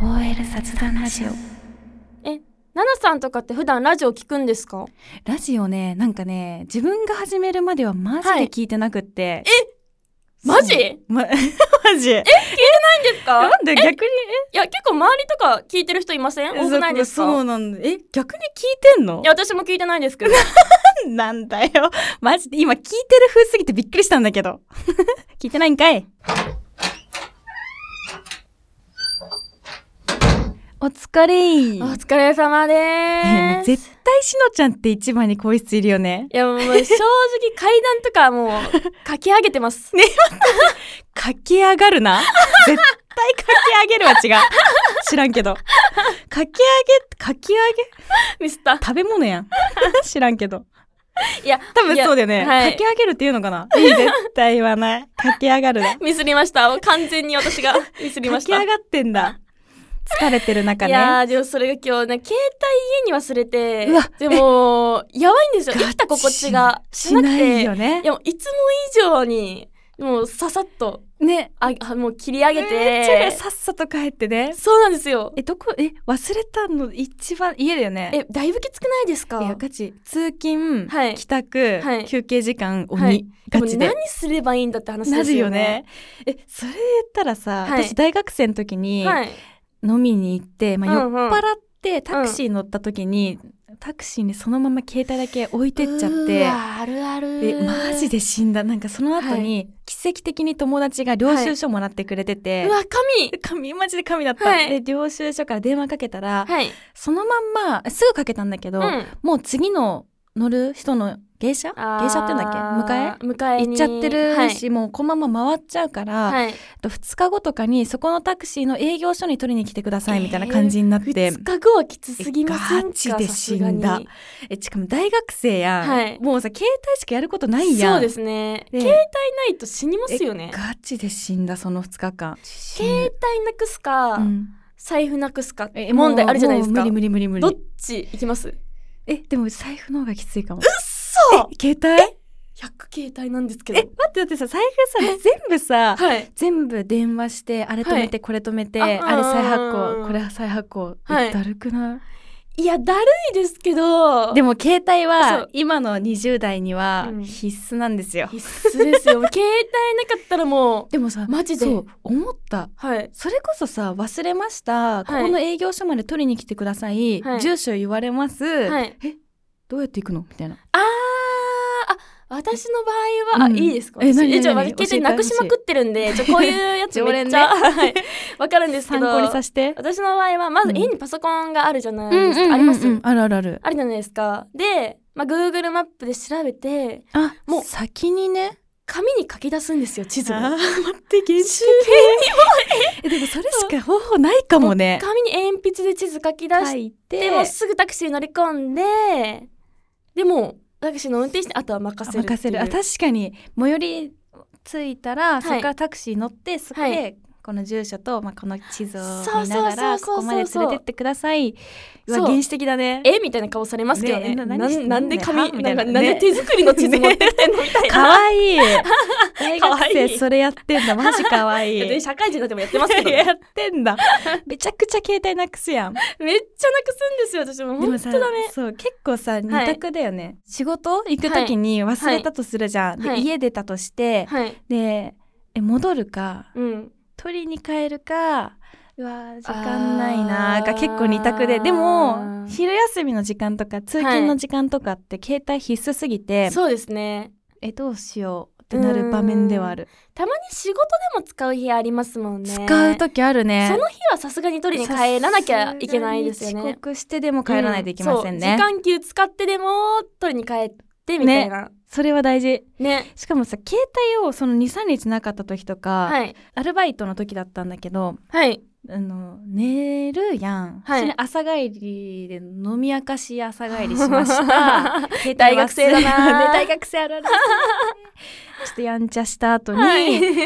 OL 雑談ラジオ。 ナナさんとかって普段ラジオ聞くんですか？ ラジオね、なんかね、自分が始めるまではマジで聞いてなくって、 マジ？ マジ聞いてないんですか？ なんで逆にいや、結構周りとか聞いてる人いません？多くないですか？ そうなんだ。逆に聞いてんの？ いや、私も聞いてないですけどなんだよ、マジで今聞いてる風すぎてびっくりしたんだけど聞いてないんかい。お疲れ。 お疲れ様でーす。 絶対しのちゃんって一番に声質いるよね。 いや、もう正直階段とかもう書き上げてますね、書き上がるな絶対書き上げるは違う知らんけど書き上げミスった食べ物やん知らんけど。 いや、 多分そうだよね、 はい、 書き上げるっていうのかな絶対言わない。書き上がるだ。 ミスりました。完全に私がミスりました。 書き上がってんだ。疲れてる中ね。 いやー、でもそれが今日ね、携帯家に忘れて、 うわ、 でもやばいんですよ、生きた心地がしなくて。 ないよね。 いや、もういつも以上にもうささっとね、 もう切り上げて、 さっさと帰ってね。 そうなんですよ。 忘れたの一番家だよね。 だいぶきつくないですか？ いや、ガチ通勤、 はい、 帰宅、はい、休憩時間鬼、 はい、 ガチで。 何すればいいんだって話ですよね。 なるよね。それ言ったらさ、 はい、 私大学生の時に、はい、飲みに行って、酔っ払ってタクシー乗った時に、タクシーにそのまま携帯だけ置いてっちゃって、 あるある。 マジで死んだ。なんかその後に、奇跡的に友達が領収書もらってくれてて、 うわ、 神マジで神だった、で領収書から電話かけたら、そのまんますぐかけたんだけど、もう次の乗る人の芸者って言うんだっけ、迎え行っちゃってるし、もうこのまま回っちゃうから、2日後とかにそこのタクシーの営業所に取りに来てくださいみたいな感じになって、 2日後はきつすぎませんか？ ガチで死んだ。しかも大学生やん、もうさ携帯しかやることないやん。 そうですね、携帯ないと死にますよね。 ガチで死んだ。その2日間携帯なくすか、財布なくすか問題あるじゃないですか。 無理どっち行きます？ でも財布の方がきついかも。 うっそ携帯 100携帯なんですけど。 待ってさ、財布さ全部さ、全部電話してあれ止めて、これ止めて、あれ再発行、これ再発行、だるくない？ いや、だるいですけど、 でも携帯は今の20代には必須なんですよ。 必須ですよ。携帯なかったらもうでもさ、マジでそう思った、それこそさ、忘れました、ここの営業所まで取りに来てください、住所言われます、どうやって行くのみたいな。 私の場合は、いいですか？携帯なくしまくってるんで、こういうやつめっちゃわかるんですけど、 参考にさせて。 私の場合はまず家にパソコンがあるじゃないですか。あります？ あるあるじゃないですか。で、Google マップで調べて、 もう先にね、 紙に書き出すんですよ、地図を。 待って原始的でもそれしか方法ないかもね。 紙に鉛筆で地図書き出してもうすぐタクシー乗り込んで、でもタクシーの運転手にあとは任せる。 確かに最寄り着いたら、そこからタクシー乗ってそこでこの住所と、この地図を見ながらここまで連れてってください。原始的だね。 みたいな顔されますけどね。なんで紙なんで手作りの地図持ってきてんのみたいな。 かわいい。大学生それやってんだ。マジかわいい。 社会人になってもやってますけどね。 やってんだ。めちゃくちゃ携帯なくすやん。 めっちゃなくすんですよ、私も。本当だね。 そう、結構さ、二択だよね。仕事行く時に忘れたとするじゃん。で、家出たとして、で、戻るか、取りに帰るか、うわ時間ないなが結構二択で、でも昼休みの時間とか通勤の時間とかって携帯必須すぎて、 そうですね、 どうしようってなる場面ではある。 たまに仕事でも使う日ありますもんね。 使う時あるね。 その日はさすがに取りに帰らなきゃいけないですよね。 遅刻してでも帰らないといけませんね。 時間給使ってでも取りに帰ってみたいな、 それは大事ね。 しかもさ、携帯をその 2,3 日なかった時とか、アルバイトの時だったんだけど、寝るやん、朝帰りで飲み明かし朝帰りしました大学生だな大学生あるあるちょっとやんちゃした後に、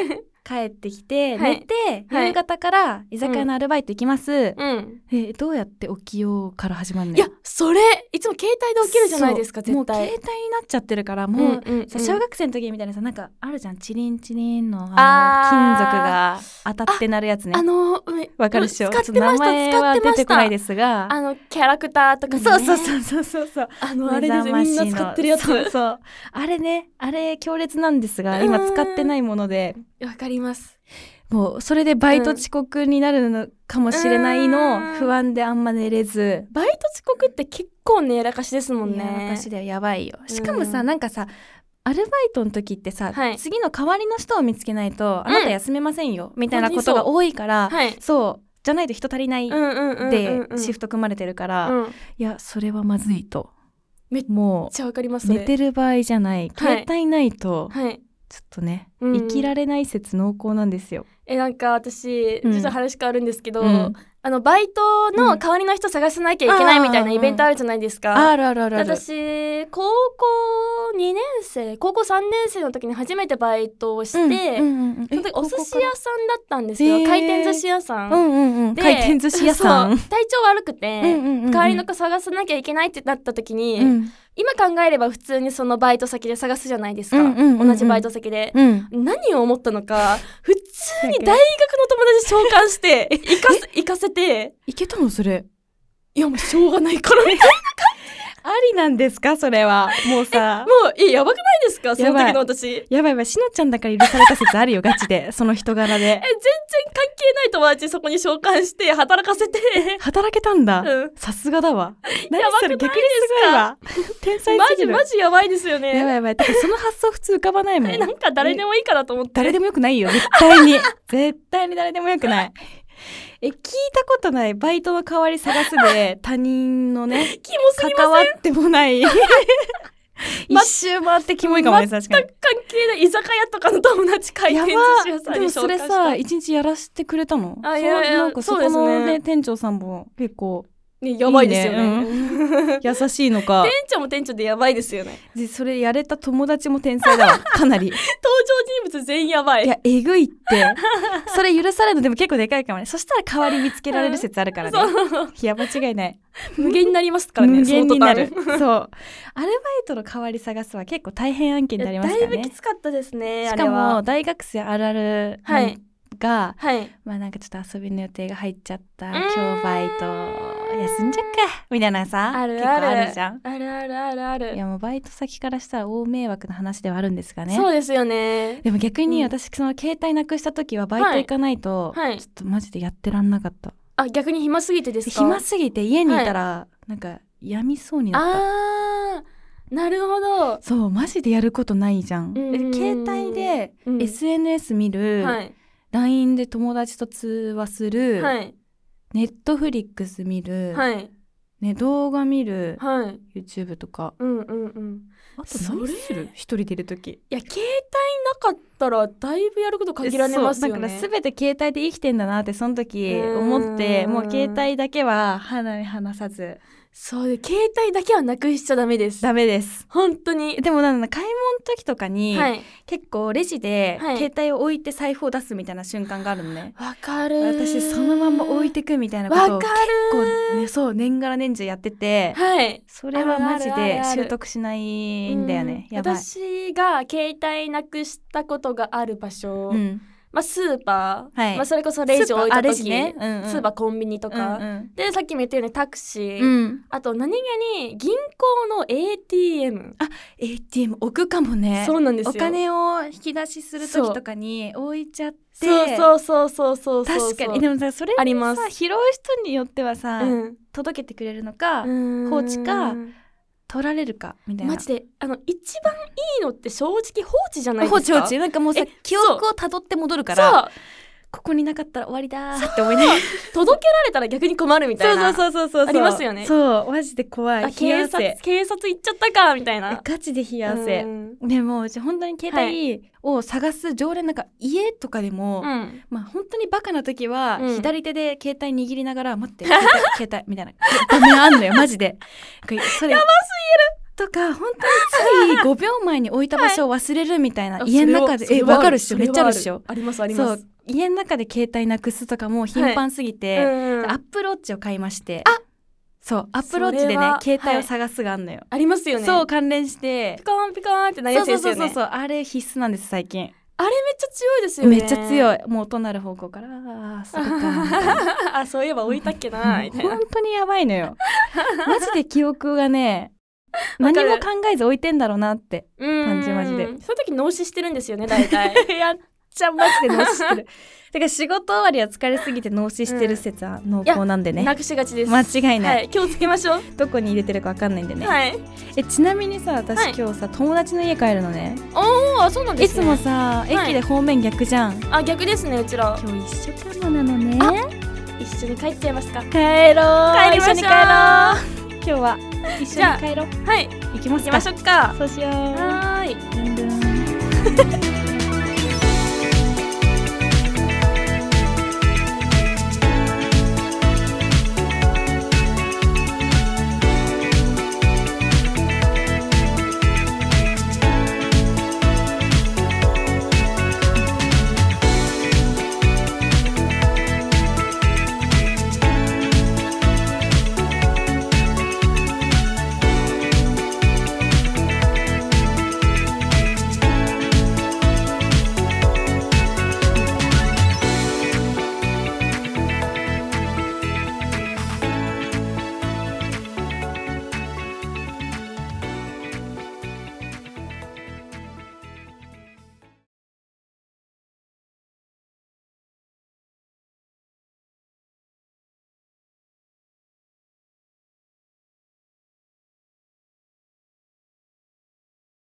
帰ってきて、寝て、夕方から居酒屋のアルバイト行きます、どうやって起きようから始まるのよ。 いやそれいつも携帯で起きるじゃないですか。絶対もう携帯になっちゃってるから、もう、小学生の時みたいなさ、なんかあるじゃん、チリンチリンの金属が当たってなるやつね。わかるっしょ。 使ってました。 名前は出てこないですが、 キャラクターとかね。 そうあれです、みんな使ってるやつ。 そうあれね、あれ強烈なんですが、今使ってないもので。 わかります。 もうそれでバイト遅刻になるのかもしれないの不安であんま寝れず。 バイト遅刻って結構ねやらかしですもんね。 やらかしでやばいよ。しかもさ、なんかさ、アルバイトの時ってさ、次の代わりの人を見つけないと、あなた休めませんよみたいなことが多いから、そうじゃないと人足りないでシフト組まれてるから、いやそれはまずいと。 めっちゃわかります。 寝てる場合じゃない、携帯ないと、ちょっとね、生きられない説濃厚なんですよ。 なんか私、ちょっと話変わるんですけど、バイトの代わりの人探さなきゃいけないみたいなイベントあるじゃないですか。 ある。 私高校2年生高校3年生の時に初めてバイトをして、その時お寿司屋さんだったんですよ。回転寿司屋さん、 回転寿司屋さん。 体調悪くて、代わりの子探さなきゃいけないってなった時に、今考えれば普通にそのバイト先で探すじゃないですか、同じバイト先で、何を思ったのか普通に大学の友達召喚して行かせて。 いけたのそれ。 いやもうしょうがないからみたいな感じ。 ありなんですかそれは。もうさもうやばくないですかその時の私。 やばいしのちゃんだから許された説あるよガチで。その人柄で全然関係ない友達そこに召喚して働かせて。 働けたんだ、さすがだわ。何それ逆にすごいわ。天才すぎる。 マジやばいですよね。 やばいだからその発想普通浮かばないもん。 なんか誰でもいいかなと思って。 誰でもよくないよ絶対に絶対に誰でもよくない。聞いたことない。バイトの代わり探すで他人のねキモすぎません。 関わってもない一周回ってキモいかもね。確かに全く関係ない居酒屋とかの友達回転寿司屋さんに紹介した。 でもそれさ一日やらせてくれたの？ いやなんかそこのね店長さんも結構やばいですよね。 優しいのか。 店長も店長でやばいですよね。 でそれやれた友達も天才だわかなり。 登場人物全員やばい。 いやえぐいって。それ許されるのでも結構でかいかもね。そしたら代わり見つけられる説あるからね。いや間違いない。 無限になりますからね。 無限になる。そうアルバイトの代わり探すは結構大変案件になりますからね。 だいぶきつかったですね。 しかも大学生あるあるが、まあなんかちょっと遊びの予定が入っちゃった、今日バイト休んじゃっかみたいなさ、結構あるじゃん。 ある。 いやもうバイト先からしたら大迷惑な話ではあるんですがね。 そうですよね。 でも逆に私その携帯なくした時はバイト行かないと、ちょっとマジでやってらんなかった。 逆に暇すぎてですか？ 暇すぎて家にいたらなんか病みそうになった。 なるほど。 そうマジでやることないじゃん。携帯で SNS 見る、LINE で友達と通話する、ネットフリックス見る、ね、動画見る、YouTube とか、あと何する？一人でいる時。 いや携帯なかったらだいぶやること限られますよね。 だから全て携帯で生きてんだなってその時思って、もう携帯だけは離さず。 そうで携帯だけはなくしちゃダメです。 ダメです本当に。 でも買い物の時とかに、結構レジで携帯を置いて財布を出すみたいな瞬間があるのね。 わかる。 私そのまま置いてくみたいなことを結構ね、そう年がら年中やってて、それはマジで習得しないんだよね。やばい。 私が携帯なくしたことがある場所、スーパー、それこそレジ置いた時、スーパーコンビニとか、でさっきも言ったようにタクシー、あと何気に銀行の ATM。 ATM 置くかもね。 そうなんですよ。 お金を引き出しする時とかに置いちゃって。 そう確かに。でもさそれにさ拾う人によってはさ、届けてくれるのか放置か取られるかみたいな。 マジで一番いいのって正直放置じゃないですか。 放置なんかもうさ記憶をたどって戻るからここになかったら終わりだって思いながら届けられたら逆に困るみたいな。そうありますよね。 そうマジで怖い。 警察行っちゃったかみたいな。 ガチで冷や汗。でもうち本当に携帯を探す常連、なんか家とかでも、本当にバカな時は左手で携帯握りながら待って携帯みたいな場面あんのよマジで。 それやばすとか本当につい5秒前に置いた場所を忘れるみたいな、家の中で分かるっしょ、めっちゃあるっしょ。 ありますあります。 そう家の中で携帯なくすとかも頻繁すぎて、アップルウォッチを買いまして、そうアップルウォッチでね携帯を探すがあんのよ。 ありますよね。 そう関連してピコンピコンってなるやつですよね。 そうあれ必須なんです最近。 あれめっちゃ強いですよね。 めっちゃ強い。もう音鳴る方向からそうかあ、そういえば置いたっけなみたいな。 本当にやばいのよ。マジで記憶がね何も考えず置いてんだろうなって感じ。マジでそういう時脳死してるんですよね大体。 やっちゃマジで脳死してる。だから仕事終わりは疲れすぎて脳死してる説は濃厚なんでね、 なくしがちです。 間違いない、 気をつけましょう。 どこに入れてるか分かんないんでね、ちなみにさ私今日さ、友達の家帰るのね。 そうなんですね。 いつもさ駅で方面逆じゃん。 逆ですねうちら。 今日一緒かもなのね。 一緒に帰っちゃいますか。 帰ろう。 帰りましょう。 一緒に帰ろう。今日は一緒に帰ろう。 はい、 行きますか。 行きましょうか。 そうしよう。 はーい。